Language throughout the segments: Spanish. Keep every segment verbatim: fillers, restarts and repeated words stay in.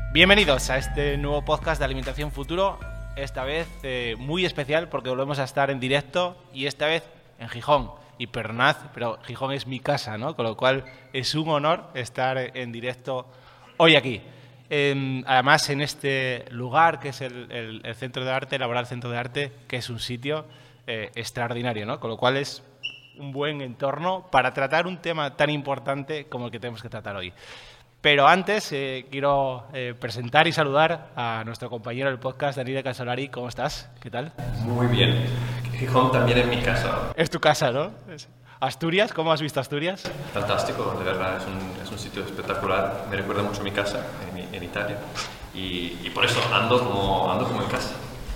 Bienvenidos a este nuevo podcast de Alimentación Futuro, esta vez eh, muy especial porque volvemos a estar en directo y esta vez en Gijón. Y perdonad, pero Gijón es mi casa, ¿no? Con lo cual es un honor estar en directo hoy aquí. Eh, además, en este lugar que es el, el, el Centro de Arte, el Laboral Centro de Arte, que es un sitio eh, extraordinario, ¿no? Con lo cual es un buen entorno para tratar un tema tan importante como el que tenemos que tratar hoy. Pero antes eh, quiero eh, presentar y saludar a nuestro compañero del podcast, Dani Casolari. ¿Cómo estás? ¿Qué tal? Muy bien. Gijón también es mi casa. Es tu casa, ¿no? Asturias, ¿cómo has visto Asturias? Fantástico, de verdad, es un, es un sitio espectacular. Me recuerda mucho a mi casa en, en Italia y, y por eso ando como, ando como en casa.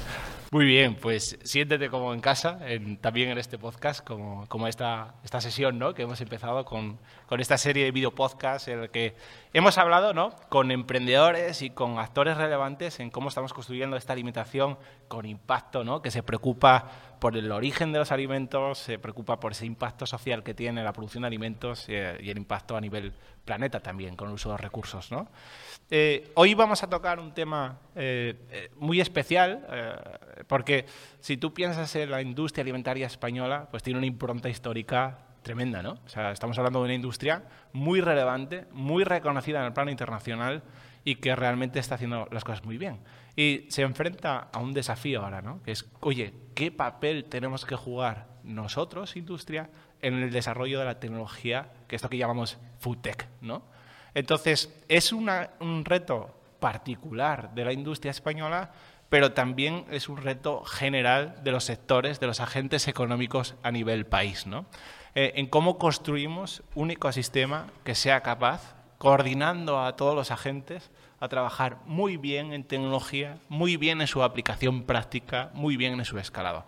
Muy bien, pues siéntete como en casa, en, también en este podcast, como, como esta, esta sesión, ¿no? Que hemos empezado con, con esta serie de videopodcasts en el que hemos hablado, ¿no? Con emprendedores y con actores relevantes en cómo estamos construyendo esta alimentación con impacto, ¿no? Que se preocupa por el origen de los alimentos, se preocupa por ese impacto social que tiene la producción de alimentos eh, y el impacto a nivel planeta también, con el uso de los recursos, ¿no? Eh, hoy vamos a tocar un tema eh, eh, muy especial, eh, porque si tú piensas en la industria alimentaria española, pues tiene una impronta histórica tremenda, ¿no? O sea, estamos hablando de una industria muy relevante, muy reconocida en el plano internacional y que realmente está haciendo las cosas muy bien. Y se enfrenta a un desafío ahora, ¿no? Que es, oye, ¿qué papel tenemos que jugar nosotros, industria, en el desarrollo de la tecnología, que es lo que llamamos food tech, ¿no? Entonces, es una, un reto particular de la industria española, pero también es un reto general de los sectores, de los agentes económicos a nivel país, ¿no? Eh, en cómo construimos un ecosistema que sea capaz, coordinando a todos los agentes, a trabajar muy bien en tecnología, muy bien en su aplicación práctica, muy bien en su escalado.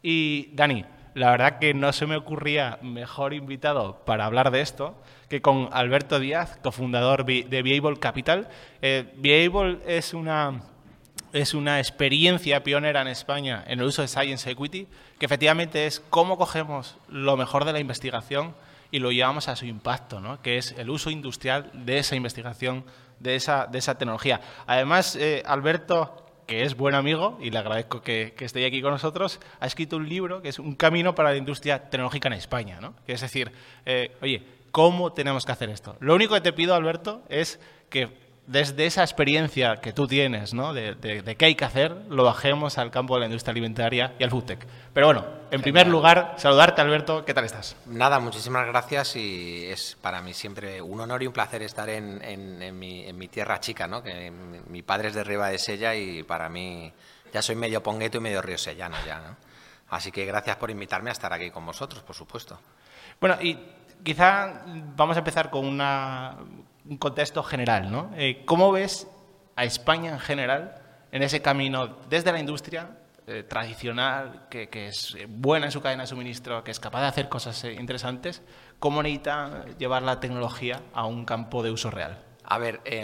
Y, Dani, la verdad que no se me ocurría mejor invitado para hablar de esto que con Alberto Díaz, cofundador de Viable Capital. Eh, Viable es una... es una experiencia pionera en España en el uso de Science Equity, que efectivamente es cómo cogemos lo mejor de la investigación y lo llevamos a su impacto, ¿no? Que es el uso industrial de esa investigación, de esa, de esa tecnología. Además, eh, Alberto, que es buen amigo, y le agradezco que, que esté aquí con nosotros, ha escrito un libro que es Un camino para la industria tecnológica en España, ¿no? Que es decir, eh, oye, ¿cómo tenemos que hacer esto? Lo único que te pido, Alberto, es que desde esa experiencia que tú tienes, ¿no? de, de, de qué hay que hacer, lo bajemos al campo de la industria alimentaria y al food tech. Pero bueno, en Genial. primer lugar, saludarte, Alberto. ¿Qué tal estás? Nada, muchísimas gracias y es para mí siempre un honor y un placer estar en, en, en, mi, en mi tierra chica, ¿no? Que mi, mi padre es de Riba de Sella y para mí ya soy medio pongueto y medio riosellano ya, ¿no? Así que gracias por invitarme a estar aquí con vosotros, por supuesto. Bueno, y quizá vamos a empezar con una... un contexto general, ¿no? Eh, ¿Cómo ves a España en general en ese camino desde la industria eh, tradicional, que, que es buena en su cadena de suministro, que es capaz de hacer cosas eh, interesantes? ¿Cómo necesita llevar la tecnología a un campo de uso real? A ver, eh,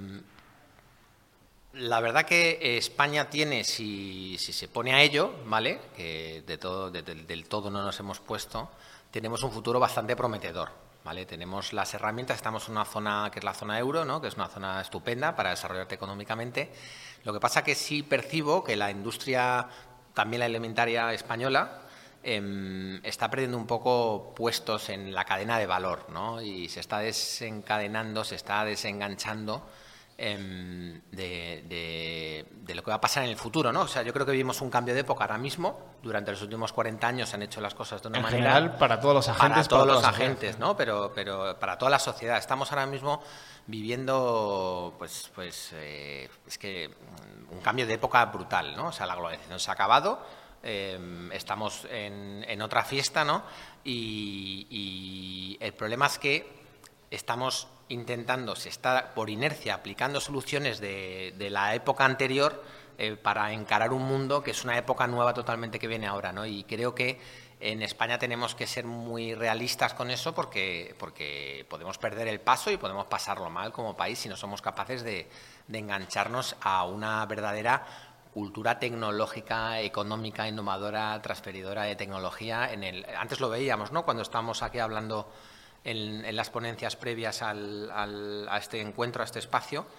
la verdad que España tiene, si, si se pone a ello, ¿vale? Que de todo, de, de, del todo no nos hemos puesto, tenemos un futuro bastante prometedor. ¿Vale? Tenemos las herramientas, estamos en una zona que es la zona euro, ¿no? Que es una zona estupenda para desarrollarte económicamente. Lo que pasa que sí percibo que la industria, también la alimentaria española, eh, está perdiendo un poco puestos en la cadena de valor, ¿no? Y se está desencadenando, se está desenganchando eh, de, de, de lo que va a pasar en el futuro, ¿no? O sea, yo creo que vivimos un cambio de época ahora mismo. Durante los últimos cuarenta años se han hecho las cosas de una en manera... En general, para todos los agentes. Para todos para los todos agentes, ¿no? Pero, pero para toda la sociedad. Estamos ahora mismo viviendo, pues, pues eh, es que un cambio de época brutal, ¿no? O sea, la globalización se ha acabado, eh, estamos en, en otra fiesta, ¿no? Y, y el problema es que estamos intentando, se está por inercia aplicando soluciones de, de la época anterior eh, para encarar un mundo que es una época nueva totalmente que viene ahora, ¿no? Y creo que en España tenemos que ser muy realistas con eso porque, porque podemos perder el paso y podemos pasarlo mal como país si no somos capaces de, de engancharnos a una verdadera cultura tecnológica, económica, innovadora, transferidora de tecnología. En el, antes lo veíamos, ¿no? Cuando estábamos aquí hablando en, en las ponencias previas al, al, a este encuentro, a este espacio,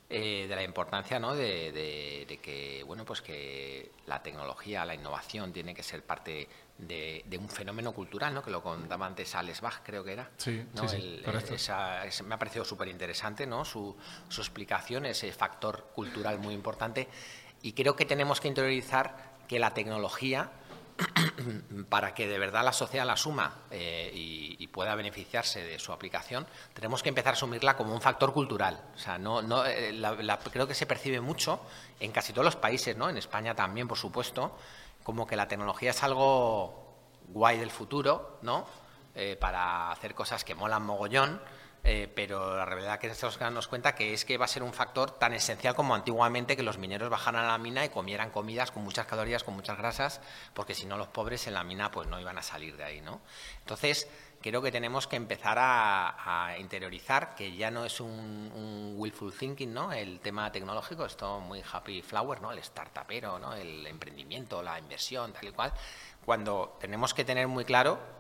eh, de la importancia, ¿no? de, de, de que, bueno, pues que la tecnología, la innovación tiene que ser parte de, de un fenómeno cultural, ¿no? Que lo contaba antes Alex Bach, creo que era. Sí, ¿no? sí, sí, El, correcto. esa, esa, me ha parecido súper interesante, ¿no? Su, su explicación, ese factor cultural muy importante. Y creo que tenemos que interiorizar que la tecnología, para que de verdad la sociedad la asuma eh, y, y pueda beneficiarse de su aplicación, tenemos que empezar a asumirla como un factor cultural. O sea, no, no, eh, la, la, creo que se percibe mucho en casi todos los países, ¿no? En España también, por supuesto, como que la tecnología es algo guay del futuro, ¿no? Eh, para hacer cosas que molan mogollón. Eh, pero la realidad que tenemos que darnos cuenta que es que va a ser un factor tan esencial como antiguamente que los mineros bajaran a la mina y comieran comidas con muchas calorías, con muchas grasas, porque si no los pobres en la mina pues no iban a salir de ahí, ¿no? Entonces, creo que tenemos que empezar a, a interiorizar que ya no es un, un willful thinking, ¿no? El tema tecnológico, esto muy happy flower, ¿no? El startupero, ¿no? El emprendimiento, la inversión, tal y cual, cuando tenemos que tener muy claro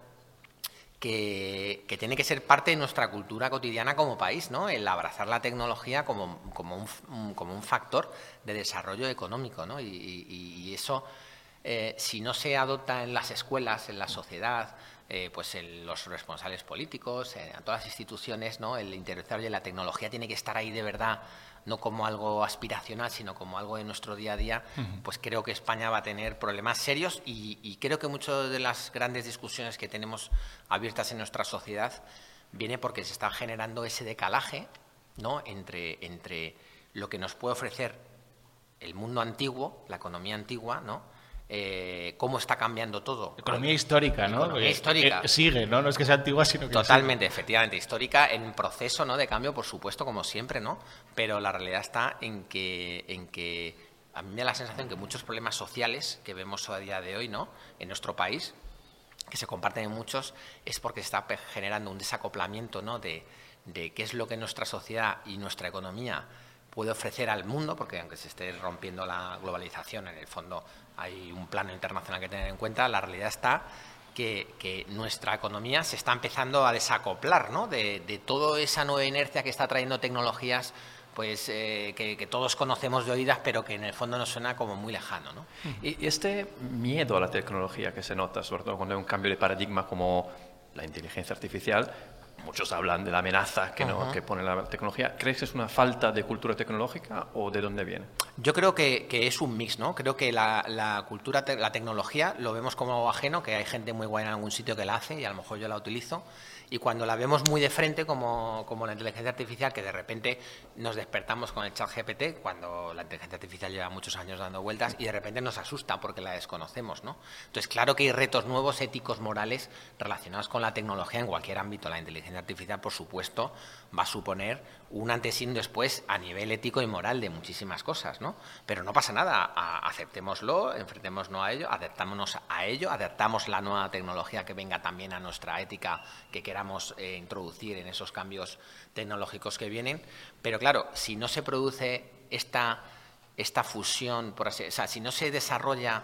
Que, que tiene que ser parte de nuestra cultura cotidiana como país, ¿no? El abrazar la tecnología como, como, un, como un factor de desarrollo económico, ¿no? Y, y, y eso, eh, si no se adopta en las escuelas, en la sociedad, eh, pues en los responsables políticos, en todas las instituciones, ¿no? El interiorizar de la tecnología tiene que estar ahí de verdad, no como algo aspiracional, sino como algo de nuestro día a día, uh-huh. Pues creo que España va a tener problemas serios y, y creo que muchas de las grandes discusiones que tenemos abiertas en nuestra sociedad viene porque se está generando ese decalaje, ¿no? entre, entre lo que nos puede ofrecer el mundo antiguo, la economía antigua, ¿no? Eh, cómo está cambiando todo. Economía histórica, ¿no? Economía histórica. Eh, sigue, ¿no? No es que sea antigua, sino que totalmente, sigue. Efectivamente, histórica en proceso, ¿no? De cambio, por supuesto, como siempre, ¿no? Pero la realidad está en que, en que a mí me da la sensación que muchos problemas sociales que vemos a día de hoy, ¿no? En nuestro país, que se comparten en muchos, es porque se está generando un desacoplamiento, ¿no? De, de qué es lo que nuestra sociedad y nuestra economía puede ofrecer al mundo, porque aunque se esté rompiendo la globalización, en el fondo hay un plano internacional que tener en cuenta, la realidad está que, que nuestra economía se está empezando a desacoplar, ¿no? de, de toda esa nueva inercia que está trayendo tecnologías pues eh, que, que todos conocemos de oídas, pero que en el fondo nos suena como muy lejano, ¿no? Y este miedo a la tecnología que se nota, sobre todo cuando hay un cambio de paradigma como la inteligencia artificial, muchos hablan de la amenaza que, no, uh-huh. que pone la tecnología. ¿Crees que es una falta de cultura tecnológica o de dónde viene? Yo creo que, que es un mix, ¿no? Creo que la, la cultura, te, la tecnología, lo vemos como algo ajeno, que hay gente muy buena en algún sitio que la hace y a lo mejor yo la utilizo. Y cuando la vemos muy de frente, como, como la inteligencia artificial, que de repente nos despertamos con el chat G P T, cuando la inteligencia artificial lleva muchos años dando vueltas, y de repente nos asusta porque la desconocemos, ¿no? Entonces, claro que hay retos nuevos, éticos, morales, relacionados con la tecnología en cualquier ámbito. La inteligencia artificial, por supuesto, va a suponer un antes y un después a nivel ético y moral de muchísimas cosas, ¿no? Pero no pasa nada, a, aceptémoslo, enfrentémonos a ello, adaptámonos a ello, adaptamos la nueva tecnología que venga también a nuestra ética que queramos eh, introducir en esos cambios tecnológicos que vienen. Pero claro, si no se produce esta, esta fusión, por así, o sea, si no se desarrolla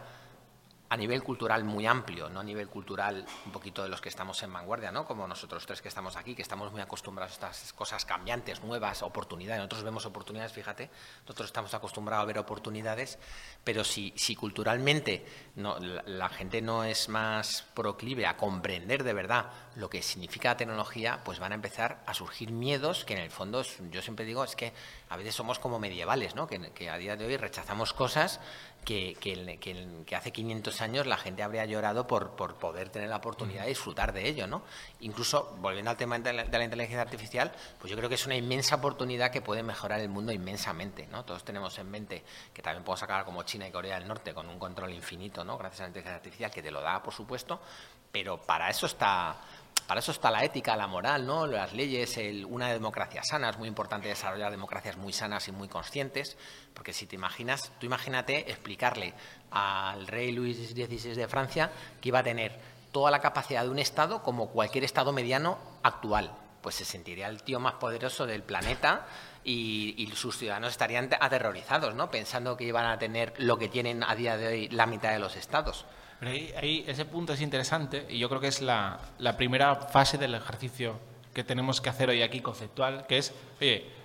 a nivel cultural muy amplio, no a nivel cultural un poquito de los que estamos en vanguardia, ¿no? Como nosotros tres que estamos aquí, que estamos muy acostumbrados a estas cosas cambiantes, nuevas, oportunidades. Nosotros vemos oportunidades, fíjate, nosotros estamos acostumbrados a ver oportunidades, pero si, si culturalmente no, la, la gente no es más proclive a comprender de verdad lo que significa la tecnología, pues van a empezar a surgir miedos que en el fondo, es, yo siempre digo, es que a veces somos como medievales, ¿no? Que, que a día de hoy rechazamos cosas que, que, que, que hace quinientos años la gente habría llorado por, por poder tener la oportunidad de disfrutar de ello, ¿no? Incluso, volviendo al tema de la, de la inteligencia artificial, pues yo creo que es una inmensa oportunidad que puede mejorar el mundo inmensamente, ¿no? Todos tenemos en mente que también podemos acabar como China y Corea del Norte con un control infinito, ¿no? Gracias a la inteligencia artificial, que te lo da, por supuesto, pero para eso está... Para eso está la ética, la moral, ¿no? Las leyes, el, una democracia sana. Es muy importante desarrollar democracias muy sanas y muy conscientes, porque si te imaginas, tú imagínate explicarle al rey Luis dieciséis de Francia que iba a tener toda la capacidad de un Estado como cualquier Estado mediano actual. Pues se sentiría el tío más poderoso del planeta y, y sus ciudadanos estarían aterrorizados, ¿no? Pensando que iban a tener lo que tienen a día de hoy la mitad de los estados. Pero ahí, ahí ese punto es interesante y yo creo que es la, la primera fase del ejercicio que tenemos que hacer hoy aquí conceptual, que es, oye,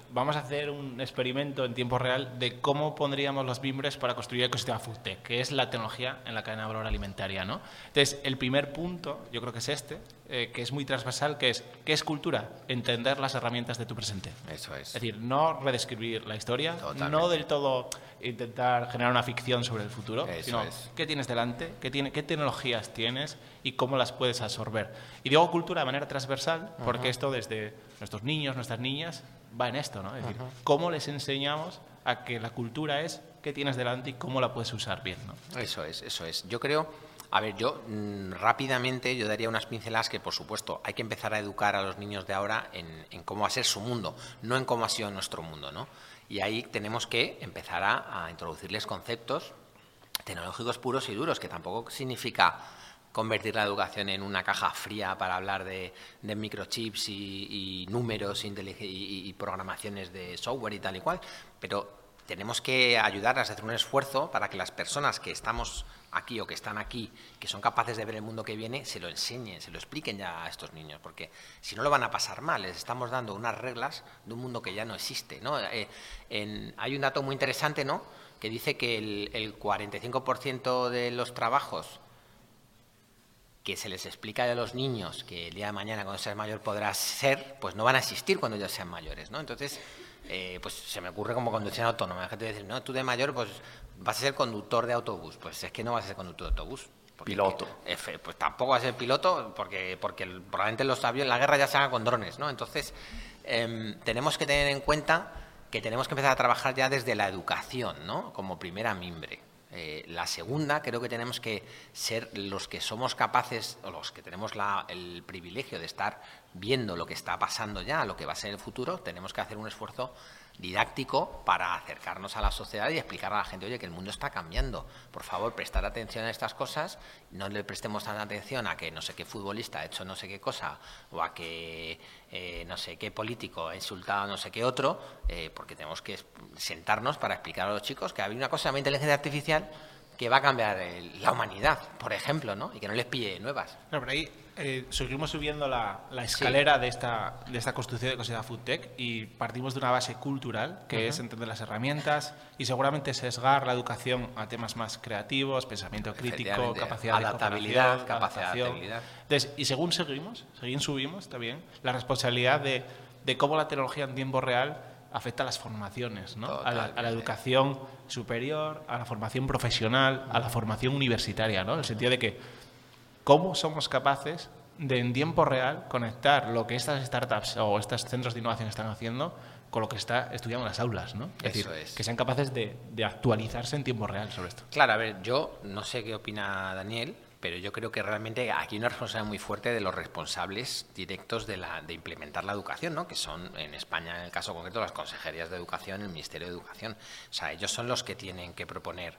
vamos a hacer un experimento en tiempo real de cómo pondríamos los mimbres para construir el ecosistema FoodTech, que es la tecnología en la cadena de valor alimentaria, ¿no? Entonces, el primer punto, yo creo que es este, eh, que es muy transversal, que es, ¿qué es cultura? Entender las herramientas de tu presente. Eso es. Es decir, no redescribir la historia, Totalmente. no del todo intentar generar una ficción sobre el futuro, Eso sino es. qué tienes delante, qué, tiene, qué tecnologías tienes y cómo las puedes absorber. Y digo cultura de manera transversal porque uh-huh. esto desde nuestros niños, nuestras niñas, va en esto, ¿no? Es decir, uh-huh. cómo les enseñamos a que la cultura es qué tienes delante y cómo la puedes usar bien, ¿no? Eso es, eso es. Yo creo, a ver, yo mmm, rápidamente yo daría unas pinceladas que, por supuesto, hay que empezar a educar a los niños de ahora en, en cómo va a ser su mundo, no en cómo ha sido nuestro mundo, ¿no? Y ahí tenemos que empezar a, a introducirles conceptos tecnológicos puros y duros, que tampoco significa convertir la educación en una caja fría para hablar de, de microchips y, y números y, y, y programaciones de software y tal y cual, pero tenemos que ayudarlas a hacer un esfuerzo para que las personas que estamos aquí o que están aquí, que son capaces de ver el mundo que viene, se lo enseñen, se lo expliquen ya a estos niños, porque si no lo van a pasar mal, les estamos dando unas reglas de un mundo que ya no existe, ¿no? Eh, en, hay un dato muy interesante, ¿no?, que dice que el, el cuarenta y cinco por ciento de los trabajos que se les explica a los niños que el día de mañana, cuando seas mayor, podrás ser, pues no van a existir cuando ya sean mayores, ¿no? Entonces, eh, pues se me ocurre como conducción autónoma. La gente dice, no, tú de mayor, pues vas a ser conductor de autobús. Pues es que no vas a ser conductor de autobús. Piloto. Que, F, pues tampoco vas a ser piloto, porque, porque probablemente los aviones, la guerra ya se haga con drones, ¿no? Entonces, eh, tenemos que tener en cuenta que tenemos que empezar a trabajar ya desde la educación, ¿no?, como primera mimbre. Eh, la segunda, creo que tenemos que ser los que somos capaces, o los que tenemos la, el privilegio de estar viendo lo que está pasando ya, lo que va a ser el futuro, tenemos que hacer un esfuerzo didáctico para acercarnos a la sociedad y explicar a la gente, oye, que el mundo está cambiando. Por favor, prestar atención a estas cosas, no le prestemos tanta atención a que no sé qué futbolista ha hecho no sé qué cosa, o a que eh, no sé qué político ha insultado a no sé qué otro, eh, porque tenemos que sentarnos para explicar a los chicos que hay una cosa llamada inteligencia artificial que va a cambiar el, la humanidad, por ejemplo, ¿no?, y que no les pille nuevas. No, pero ahí eh, seguimos subiendo la, la escalera sí. de, esta, de esta construcción de ecosistema FoodTech y partimos de una base cultural, que uh-huh. es entender las herramientas y seguramente sesgar la educación a temas más creativos, pensamiento crítico, capacidad de adaptabilidad, capacidad de adaptabilidad. Entonces, y según seguimos, según subimos también, la responsabilidad de, de cómo la tecnología en tiempo real afecta a las formaciones, ¿no?, a la, a la educación superior, a la formación profesional, a la formación universitaria, ¿no?, en el sentido de que cómo somos capaces de en tiempo real conectar lo que estas startups o estos centros de innovación están haciendo con lo que está estudiando en las aulas, ¿no? Es Eso decir, es. que sean capaces de, de actualizarse en tiempo real sobre esto. Claro, a ver, yo no sé qué opina Daniel, pero yo creo que realmente aquí hay una responsabilidad muy fuerte de los responsables directos de, la, de implementar la educación, ¿no?, que son en España, en el caso concreto, las consejerías de educación, el Ministerio de Educación. O sea, ellos son los que tienen que proponer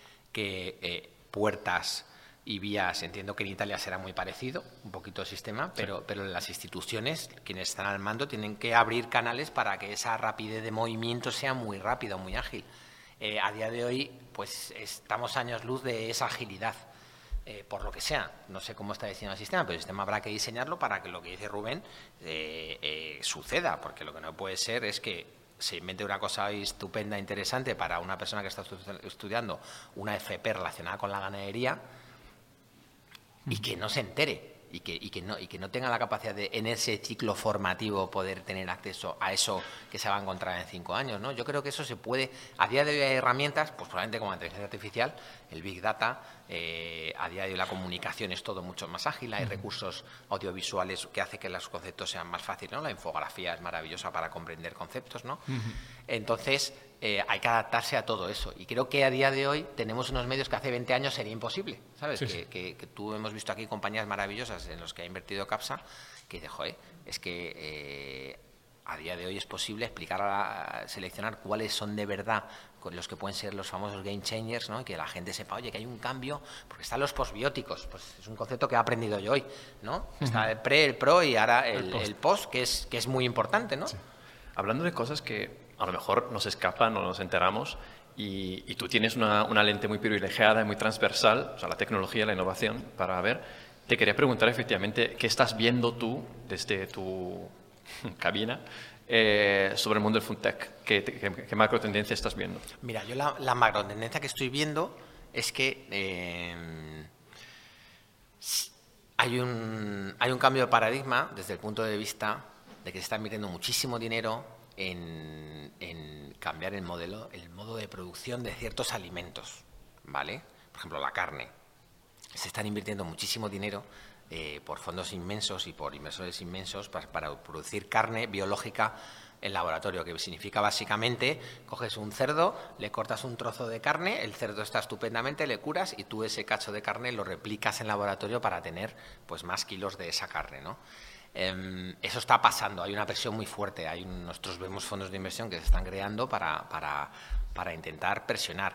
que eh, puertas y vías, entiendo que en Italia será muy parecido, un poquito el sistema, pero, sí. pero las instituciones, quienes están al mando, tienen que abrir canales para que esa rapidez de movimiento sea muy rápida, muy ágil. Eh, a día de hoy, pues estamos años luz de esa agilidad. Eh, por lo que sea, no sé cómo está diseñado el sistema, pero el sistema habrá que diseñarlo para que lo que dice Rubén eh, eh, suceda, porque lo que no puede ser es que se invente una cosa estupenda, interesante para una persona que está estudiando una F P relacionada con la ganadería y que no se entere y que, y que, no, y que no tenga la capacidad de, en ese ciclo formativo, poder tener acceso a eso que se va a encontrar en cinco años, ¿no? Yo creo que eso se puede. A día de hoy hay herramientas, pues probablemente como la inteligencia artificial, el Big Data, eh, a día de hoy la comunicación es todo mucho más ágil, hay uh-huh. recursos audiovisuales que hacen que los conceptos sean más fáciles, ¿no? La infografía es maravillosa para comprender conceptos, ¿no? Uh-huh. Entonces, eh, hay que adaptarse a todo eso. Y creo que a día de hoy tenemos unos medios que hace veinte años sería imposible, ¿sabes? Sí, que, sí. Que, que tú hemos visto aquí compañías maravillosas en los que ha invertido Capsa, que dice, joder, es que eh, a día de hoy es posible explicar, a, a seleccionar cuáles son de verdad con los que pueden ser los famosos game changers, ¿no? Y que la gente sepa, oye, que hay un cambio, porque están los postbióticos, pues es un concepto que he aprendido yo hoy, ¿no? Uh-huh. Está el pre, el pro y ahora el, el, post. el post, que es, que es muy importante, ¿no? Sí. Hablando de cosas que a lo mejor nos escapan o nos enteramos, y, y tú tienes una, una lente muy privilegiada y muy transversal, o sea, la tecnología, la innovación, para ver, te quería preguntar efectivamente qué estás viendo tú desde tu cabina eh, sobre el mundo del FinTech. ¿Qué, qué, qué macro tendencia estás viendo? Mira, yo la, la macro tendencia que estoy viendo es que eh, hay, un, hay un cambio de paradigma desde el punto de vista de que se está invirtiendo muchísimo dinero en, en cambiar el modelo, el modo de producción de ciertos alimentos, ¿vale? Por ejemplo, la carne. Se están invirtiendo muchísimo dinero eh, por fondos inmensos y por inversores inmensos para, para producir carne biológica en laboratorio, que significa básicamente coges un cerdo, le cortas un trozo de carne, el cerdo está estupendamente, le curas y tú ese cacho de carne lo replicas en laboratorio para tener pues más kilos de esa carne, ¿no? Eh, eso está pasando, hay una presión muy fuerte, hay un, nosotros vemos fondos de inversión que se están creando para, para, para intentar presionar.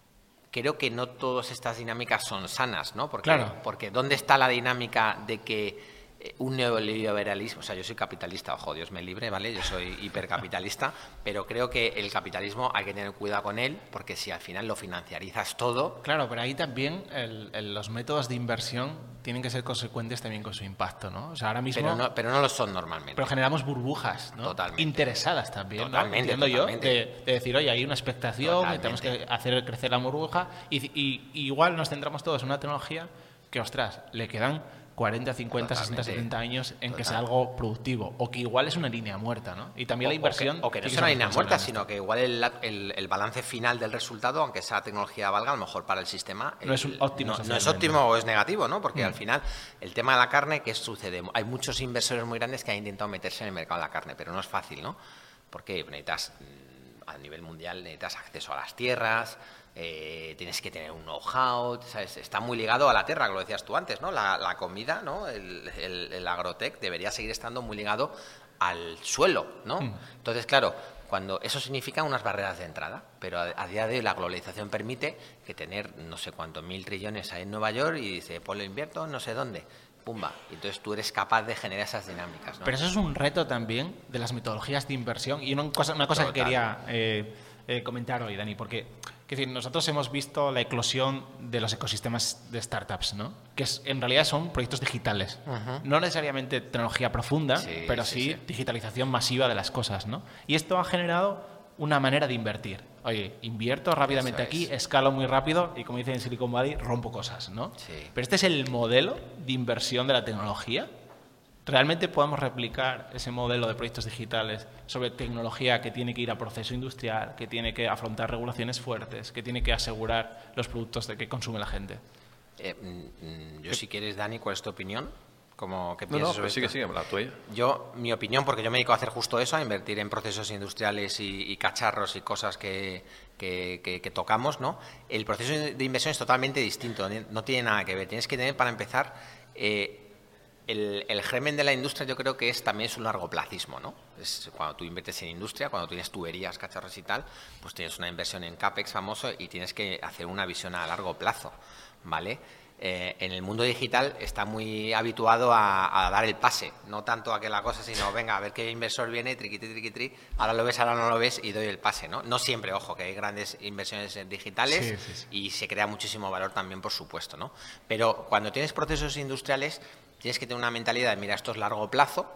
Creo que no todas estas dinámicas son sanas, ¿no? Porque, claro. porque ¿dónde está la dinámica de que un neoliberalismo, o sea, yo soy capitalista, ojo, Dios me libre, ¿vale? Yo soy hipercapitalista, pero creo que el capitalismo hay que tener cuidado con él, porque si al final lo financiarizas todo... Claro, pero ahí también el, el, los métodos de inversión tienen que ser consecuentes también con su impacto, ¿no? O sea, ahora mismo... Pero no, pero no lo son normalmente. Pero generamos burbujas, ¿no? Totalmente. Interesadas también, Totalmente, ¿no? Entiendo totalmente. yo, de, de decir, oye, hay una expectación, Totalmente. tenemos que hacer crecer la burbuja y, y, y igual nos centramos todos en una tecnología que, ostras, le quedan cuarenta, cincuenta, Totalmente. sesenta, setenta años en Total. que sea algo productivo, o que igual es una línea muerta, ¿no? Y también O, la inversión... o que, o que no tiene sea una ser línea responsable muerta, en esto. sino que igual el, el, el balance final del resultado, aunque esa tecnología valga, a lo mejor para el sistema... No es un óptimo no, no es socialmente. óptimo o es negativo, ¿no? Porque Mm. al final, el tema de la carne, ¿qué sucede? Hay muchos inversores muy grandes que han intentado meterse en el mercado de la carne, pero no es fácil, ¿no? Porque necesitas, a nivel mundial, necesitas acceso a las tierras... Eh, tienes que tener un know-how, ¿sabes? Está muy ligado a la tierra, que lo decías tú antes, ¿no? La, la comida, ¿no? El, el, el agrotech debería seguir estando muy ligado al suelo, ¿no? Mm. Entonces, claro, cuando eso significa unas barreras de entrada, pero a, a día de hoy la globalización permite que tener no sé cuántos mil trillones ahí en Nueva York y dice, pues lo invierto no sé dónde, pumba. Y entonces tú eres capaz de generar esas dinámicas, ¿no? Pero eso es un reto también de las metodologías de inversión y una cosa, una cosa que Total. quería eh, eh, comentar hoy, Dani, porque es decir, nosotros hemos visto la eclosión de los ecosistemas de startups, ¿no? Que es, en realidad son proyectos digitales. Ujú. No necesariamente tecnología profunda, Sí, pero sí, sí, sí. digitalización masiva de las cosas, ¿no? Y esto ha generado una manera de invertir. Oye, invierto rápidamente Eso aquí, es. escalo muy rápido y, como dicen en Silicon Valley, rompo cosas, ¿no? Sí. Pero este es el modelo de inversión de la tecnología. ¿Realmente podemos replicar ese modelo de proyectos digitales sobre tecnología que tiene que ir a proceso industrial, que tiene que afrontar regulaciones fuertes, que tiene que asegurar los productos de que consume la gente? Eh, mm, mm, yo, si quieres, Dani, ¿cuál es tu opinión? Como, ¿qué No, piensas no, sobre pero sigue, esto? sigue, la tuya. Yo, mi opinión, porque yo me dedico a hacer justo eso, a invertir en procesos industriales y, y cacharros y cosas que, que, que, que tocamos, ¿no? El proceso de inversión es totalmente distinto, no tiene nada que ver. Tienes que tener, para empezar, eh, el, el germen de la industria, yo creo que es también es un largoplacismo, ¿no? Es cuando tú inviertes en industria, cuando tienes tuberías, cacharros y tal, pues tienes una inversión en CAPEX famoso y tienes que hacer una visión a largo plazo, ¿vale? Eh, en el mundo digital está muy habituado a, a dar el pase, no tanto a que la cosa, sino venga, a ver qué inversor viene, triqui, triqui, tri, ahora lo ves, ahora no lo ves y doy el pase, ¿no? No siempre, ojo, que hay grandes inversiones digitales Sí, sí, sí. y se crea muchísimo valor también, por supuesto, ¿no? Pero cuando tienes procesos industriales, tienes que tener una mentalidad de, mira, esto es largo plazo,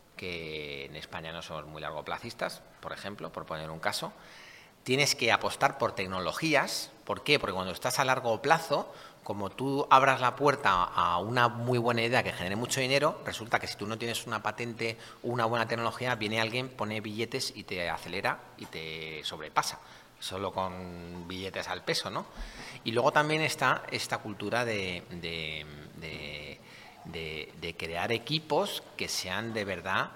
que en España no somos muy largoplacistas, por ejemplo, por poner un caso. Tienes que apostar por tecnologías. ¿Por qué? Porque cuando estás a largo plazo, como tú abras la puerta a una muy buena idea que genere mucho dinero, resulta que si tú no tienes una patente o una buena tecnología, viene alguien, pone billetes y te acelera y te sobrepasa, solo con billetes al peso, ¿no? Y luego también está esta cultura de, de, de, de, de crear equipos que sean de verdad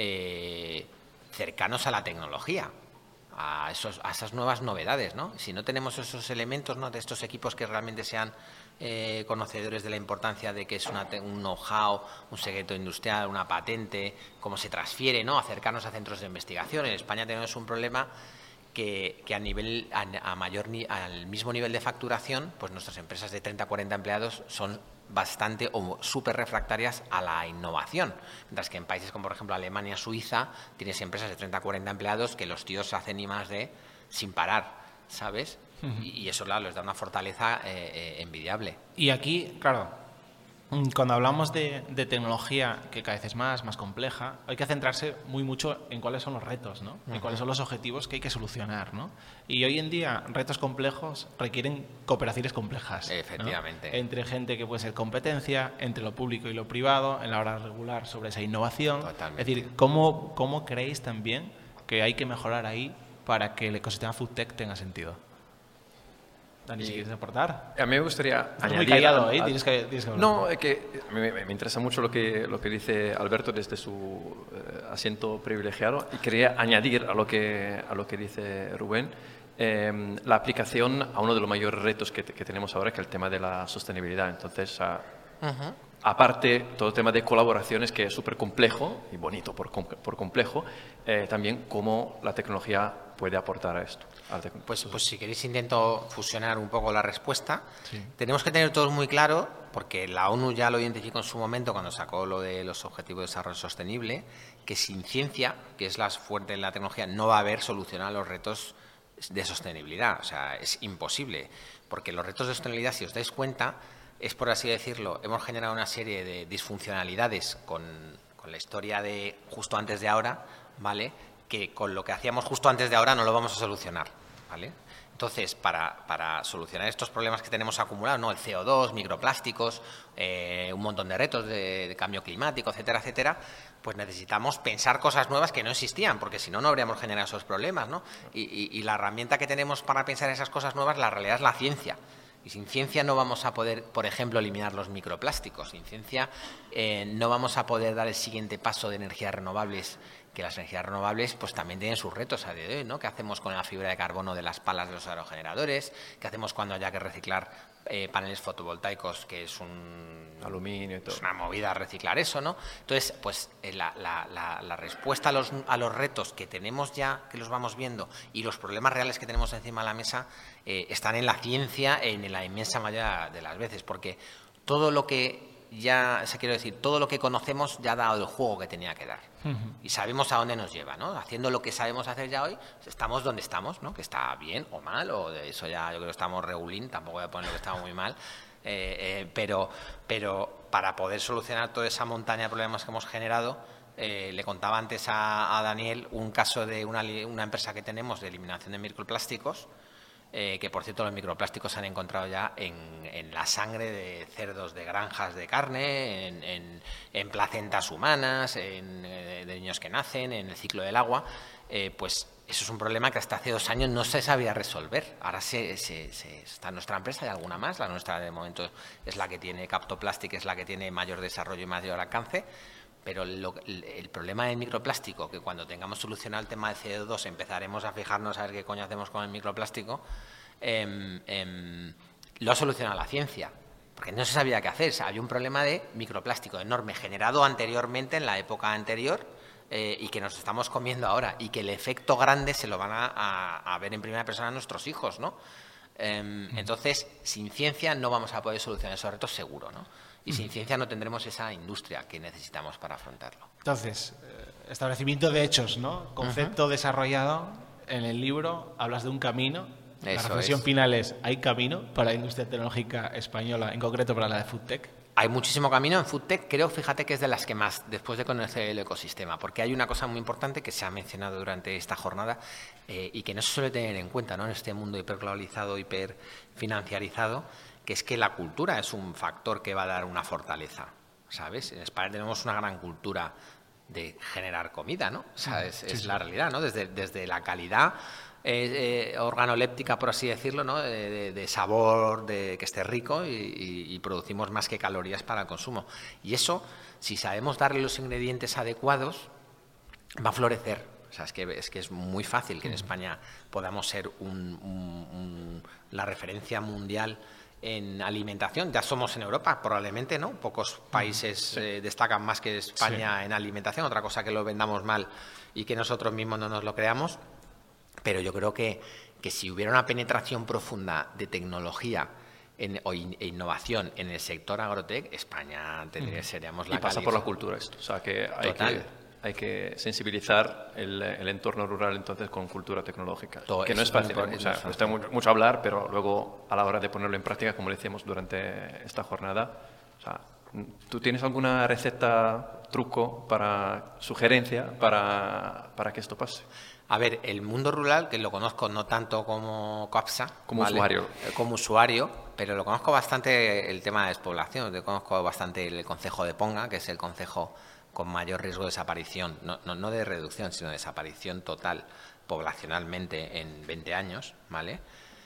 eh, cercanos a la tecnología. A, esos, a esas nuevas novedades, ¿no? Si no tenemos esos elementos, ¿no?, de estos equipos que realmente sean eh, conocedores de la importancia de que es una, un know-how, un secreto industrial, una patente, cómo se transfiere, ¿no?, acercarnos a centros de investigación. En España tenemos un problema que, que a nivel, a, a mayor, al mismo nivel de facturación, pues nuestras empresas de treinta a cuarenta empleados son bastante o súper refractarias a la innovación, mientras que en países como por ejemplo Alemania, Suiza, tienes empresas de treinta a cuarenta empleados que los tíos hacen I más D sin parar, ¿sabes? Uh-huh. y, y eso, claro, les da una fortaleza eh, eh, envidiable. Y aquí, claro, Cuando hablamos de, de tecnología que cada vez es más, más compleja, hay que centrarse muy mucho en cuáles son los retos, ¿no? Uh-huh. Y cuáles son los objetivos que hay que solucionar, ¿no? Y hoy en día, retos complejos requieren cooperaciones complejas. Efectivamente. ¿no? Entre gente que puede ser competencia, entre lo público y lo privado, en la hora de regular sobre esa innovación. Totalmente. Es decir, ¿cómo, cómo creéis también que hay que mejorar ahí para que el ecosistema FoodTech tenga sentido? Dani, si quieres aportar. A mí me gustaría Estás añadir... muy callado, ¿eh? Al, tienes que, tienes que no, es que a mí me, me interesa mucho lo que, lo que dice Alberto desde su eh, asiento privilegiado y quería añadir a lo que, a lo que dice Rubén eh, la aplicación a uno de los mayores retos que, que tenemos ahora, que es el tema de la sostenibilidad. Entonces, a, uh-huh. aparte, todo el tema de colaboraciones, que es súper complejo y bonito por, por complejo, eh, también cómo la tecnología puede aportar a esto. Pues, pues si queréis intento fusionar un poco la respuesta. Sí. Tenemos que tener todos muy claro, porque la ONU ya lo identificó en su momento cuando sacó lo de los Objetivos de Desarrollo Sostenible, que sin ciencia, que es la fuerte en la tecnología, no va a haber solucionado los retos de sostenibilidad. O sea, es imposible, porque los retos de sostenibilidad, si os dais cuenta, es por así decirlo, hemos generado una serie de disfuncionalidades con, con la historia de justo antes de ahora, ¿vale?, que con lo que hacíamos justo antes de ahora no lo vamos a solucionar, ¿vale? Entonces, para, para solucionar estos problemas que tenemos acumulados, ¿no?, el C O dos, microplásticos, eh, un montón de retos de, de cambio climático, etcétera, etcétera, pues necesitamos pensar cosas nuevas que no existían, porque si no, no habríamos generado esos problemas, ¿no? Y, y, y la herramienta que tenemos para pensar esas cosas nuevas, la realidad es la ciencia. Y sin ciencia no vamos a poder, por ejemplo, eliminar los microplásticos. Sin ciencia eh, no vamos a poder dar el siguiente paso de energías renovables, que las energías renovables pues también tienen sus retos a día de hoy, ¿no? ¿Qué hacemos con la fibra de carbono de las palas de los aerogeneradores? ¿Qué hacemos cuando haya que reciclar eh, paneles fotovoltaicos, que es un aluminio y todo? Es una movida reciclar eso, ¿no? Entonces, pues eh, la, la, la, la respuesta a los, a los retos que tenemos ya, que los vamos viendo, y los problemas reales que tenemos encima de la mesa, eh, están en la ciencia en la inmensa mayoría de las veces, porque todo lo que ya, o sea, quiero decir, todo lo que conocemos ya ha dado el juego que tenía que dar. Uh-huh. Y sabemos a dónde nos lleva, ¿no? Haciendo lo que sabemos hacer ya hoy, estamos donde estamos, ¿no? Que está bien o mal, o de eso ya yo creo que estamos regulín, tampoco voy a poner lo que estamos muy mal, eh, eh, pero, pero para poder solucionar toda esa montaña de problemas que hemos generado, eh, le contaba antes a, a Daniel un caso de una, una empresa que tenemos de eliminación de microplásticos, Eh, que por cierto los microplásticos se han encontrado ya en, en la sangre de cerdos de granjas de carne, en, en, en placentas humanas, en, eh, de niños que nacen, en el ciclo del agua. Eh, pues eso es un problema que hasta hace dos años no se sabía resolver. Ahora se, se, se, está nuestra empresa y alguna más, la nuestra de momento es la que tiene Captoplastic, es la que tiene mayor desarrollo y mayor alcance. Pero lo, el, el problema del microplástico, que cuando tengamos solucionado el tema del C O dos empezaremos a fijarnos a ver qué coño hacemos con el microplástico, eh, eh, lo ha solucionado la ciencia, porque no se sabía qué hacer. O sea, había un problema de microplástico enorme generado anteriormente, en la época anterior, eh, y que nos estamos comiendo ahora, y que el efecto grande se lo van a, a, a ver en primera persona nuestros hijos, ¿no? Eh, entonces, sin ciencia no vamos a poder solucionar esos retos seguro, ¿no? Y sin ciencia no tendremos esa industria que necesitamos para afrontarlo. Entonces, establecimiento de hechos, ¿no? Concepto uh-huh. desarrollado en el libro, hablas de un camino. Eso la reflexión es. final es, ¿hay camino para la industria tecnológica española, en concreto para la de FoodTech? Hay muchísimo camino en FoodTech, creo, fíjate que es de las que más, después de conocer el ecosistema, porque hay una cosa muy importante que se ha mencionado durante esta jornada eh, y que no se suele tener en cuenta, ¿no?, en este mundo hiperglobalizado, hiperfinanciarizado, que es que la cultura es un factor que va a dar una fortaleza, ¿sabes? En España tenemos una gran cultura de generar comida, ¿no? O sea, es, sí, es sí. la realidad, ¿no? Desde, desde la calidad eh, eh, organoléptica, por así decirlo, ¿no? De, de, de sabor, de que esté rico y, y, y producimos más que calorías para el consumo. Y eso, si sabemos darle los ingredientes adecuados, va a florecer. O sea, es que es, que es muy fácil que en España podamos ser un, un, un, la referencia mundial en alimentación. Ya somos en Europa, probablemente, ¿no? Pocos países sí. eh, destacan más que España sí. en alimentación. Otra cosa que lo vendamos mal y que nosotros mismos no nos lo creamos. Pero yo creo que, que si hubiera una penetración profunda de tecnología en, o in, e innovación en el sector agrotec, España tendría, mm. seríamos la Y pasa por la cultura esto. O sea, que hay Total. que... Hay que sensibilizar el, el entorno rural entonces con cultura tecnológica, Todo que no es fácil. Muy, o sea, cuesta mucho, mucho hablar, pero luego a la hora de ponerlo en práctica, como decíamos durante esta jornada, o sea, ¿Tú tienes alguna receta, truco, para sugerencia para, para que esto pase? A ver, el mundo rural, que lo conozco no tanto como COAPSA, como ¿vale? usuario. Como usuario, pero lo conozco bastante el tema de despoblación. Yo conozco bastante el concejo de Ponga, que es el concejo con mayor riesgo de desaparición, no, no, no de reducción, sino de desaparición total poblacionalmente en veinte años, ¿vale?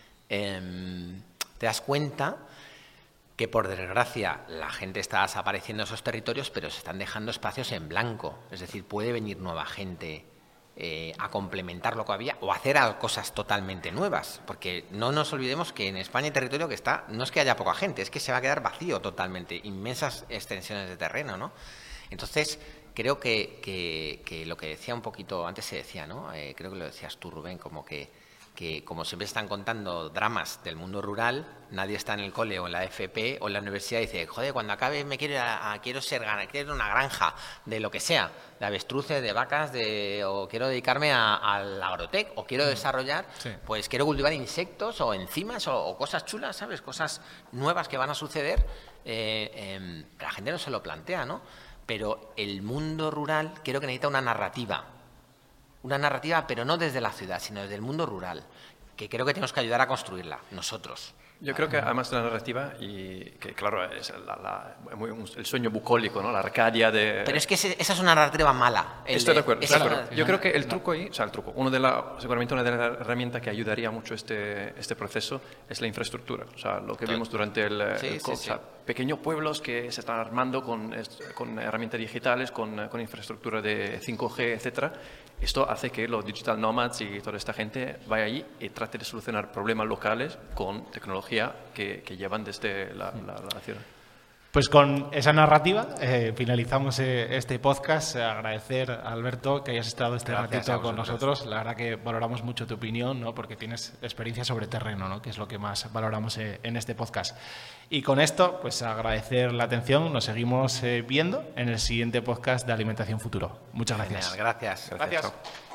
Eh, te das cuenta que, por desgracia, la gente está desapareciendo esos territorios, pero se están dejando espacios en blanco. Es decir, puede venir nueva gente eh, a complementar lo que había o hacer cosas totalmente nuevas. Porque no nos olvidemos que en España hay territorio que está, no es que haya poca gente, es que se va a quedar vacío totalmente, inmensas extensiones de terreno, ¿no? Entonces, creo que, que, que lo que decía un poquito, antes se decía, ¿no? Eh, creo que lo decías tú, Rubén, como que, que como siempre están contando dramas del mundo rural, nadie está en el cole o en la F P o en la universidad y dice, joder, cuando acabe me quiero ir a, a quiero ser quiero una granja de lo que sea, de avestruces, de vacas, de o quiero dedicarme al agrotec o quiero desarrollar, sí. pues quiero cultivar insectos o enzimas o, o cosas chulas, ¿sabes? Cosas nuevas que van a suceder. Eh, eh, la gente no se lo plantea, ¿no? Pero el mundo rural creo que necesita una narrativa. Una narrativa, pero no desde la ciudad, sino desde el mundo rural, que creo que tenemos que ayudar a construirla, nosotros. Yo creo que además de la narrativa, y que claro, es la, la, el sueño bucólico, ¿no? La Arcadia de... Pero es que ese, esa es una narrativa mala. Estoy de acuerdo. Estoy de acuerdo. Yo creo que el truco ahí, o sea, el truco, uno de la, seguramente una de las herramientas que ayudaría mucho este, este proceso es la infraestructura. O sea, lo que Todo. vimos durante el... Sí, el sí, o sea, sí. pequeños pueblos que se están armando con, con herramientas digitales, con, con infraestructura de cinco G, etcétera. Esto hace que los digital nomads y toda esta gente vaya allí y trate de solucionar problemas locales con tecnología que, que llevan desde la, la, la ciudad. Pues con esa narrativa eh, finalizamos eh, este podcast. Eh, agradecer a Alberto que hayas estado este Gracias ratito con nosotros. La verdad que valoramos mucho tu opinión, ¿no? Porque tienes experiencia sobre terreno, ¿no? Que es lo que más valoramos eh, en este podcast. Y con esto, pues agradecer la atención. Nos seguimos eh, viendo en el siguiente podcast de Alimentación Futuro. Muchas gracias. Genial, gracias. Gracias. gracias.